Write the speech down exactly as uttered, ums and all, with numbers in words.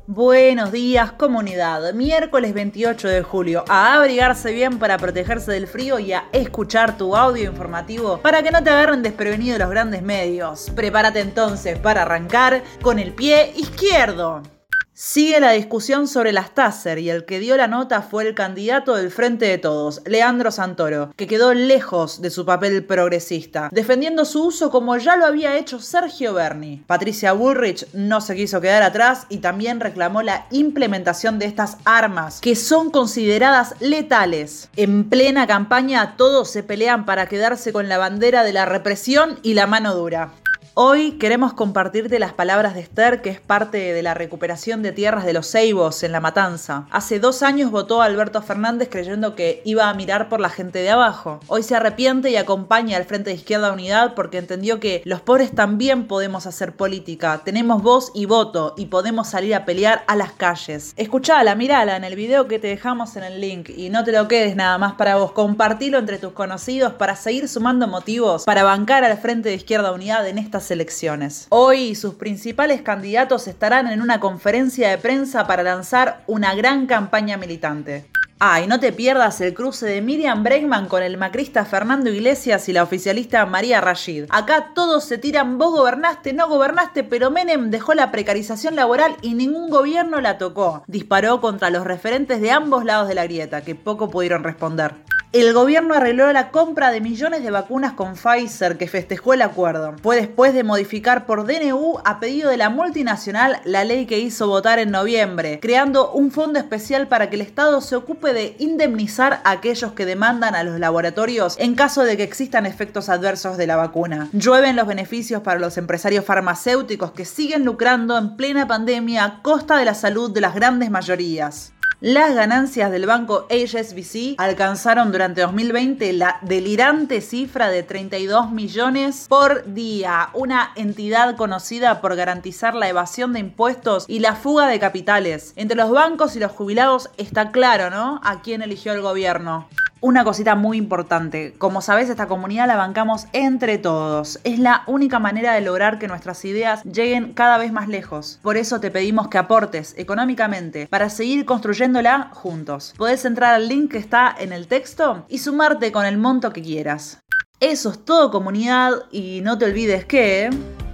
Buenos días, comunidad. Miércoles veintiocho de julio. A abrigarse bien para protegerse del frío y a escuchar tu audio informativo para que no te agarren desprevenido los grandes medios. Prepárate entonces para arrancar con el pie izquierdo. Sigue la discusión sobre las Taser y el que dio la nota fue el candidato del Frente de Todos, Leandro Santoro, que quedó lejos de su papel progresista, defendiendo su uso como ya lo había hecho Sergio Berni. Patricia Bullrich no se quiso quedar atrás y también reclamó la implementación de estas armas, que son consideradas letales. En plena campaña todos se pelean para quedarse con la bandera de la represión y la mano dura. Hoy queremos compartirte las palabras de Esther, que es parte de la recuperación de tierras de los Ceibos en La Matanza. Hace dos años votó a Alberto Fernández creyendo que iba a mirar por la gente de abajo. Hoy se arrepiente y acompaña al Frente de Izquierda Unidad porque entendió que los pobres también podemos hacer política. Tenemos voz y voto y podemos salir a pelear a las calles. Escuchala, mirala en el video que te dejamos en el link y no te lo quedes nada más para vos. Compartilo entre tus conocidos para seguir sumando motivos para bancar al Frente de Izquierda Unidad en estas elecciones. Hoy sus principales candidatos estarán en una conferencia de prensa para lanzar una gran campaña militante. Ah, y no te pierdas el cruce de Miriam Bregman con el macrista Fernando Iglesias y la oficialista María Rashid. Acá todos se tiran, vos gobernaste, no gobernaste, pero Menem dejó la precarización laboral y ningún gobierno la tocó. Disparó contra los referentes de ambos lados de la grieta, que poco pudieron responder. El gobierno arregló la compra de millones de vacunas con Pfizer, que festejó el acuerdo. Fue después de modificar por D N U a pedido de la multinacional la ley que hizo votar en noviembre, creando un fondo especial para que el Estado se ocupe de indemnizar a aquellos que demandan a los laboratorios en caso de que existan efectos adversos de la vacuna. Llueven los beneficios para los empresarios farmacéuticos que siguen lucrando en plena pandemia a costa de la salud de las grandes mayorías. Las ganancias del banco H S B C alcanzaron durante dos mil veinte la delirante cifra de treinta y dos millones por día, una entidad conocida por garantizar la evasión de impuestos y la fuga de capitales. Entre los bancos y los jubilados está claro, ¿no?, a quién eligió el gobierno. Una cosita muy importante, como sabés, esta comunidad la bancamos entre todos. Es la única manera de lograr que nuestras ideas lleguen cada vez más lejos. Por eso te pedimos que aportes económicamente para seguir construyéndola juntos. Podés entrar al link que está en el texto y sumarte con el monto que quieras. Eso es todo, comunidad, y no te olvides que...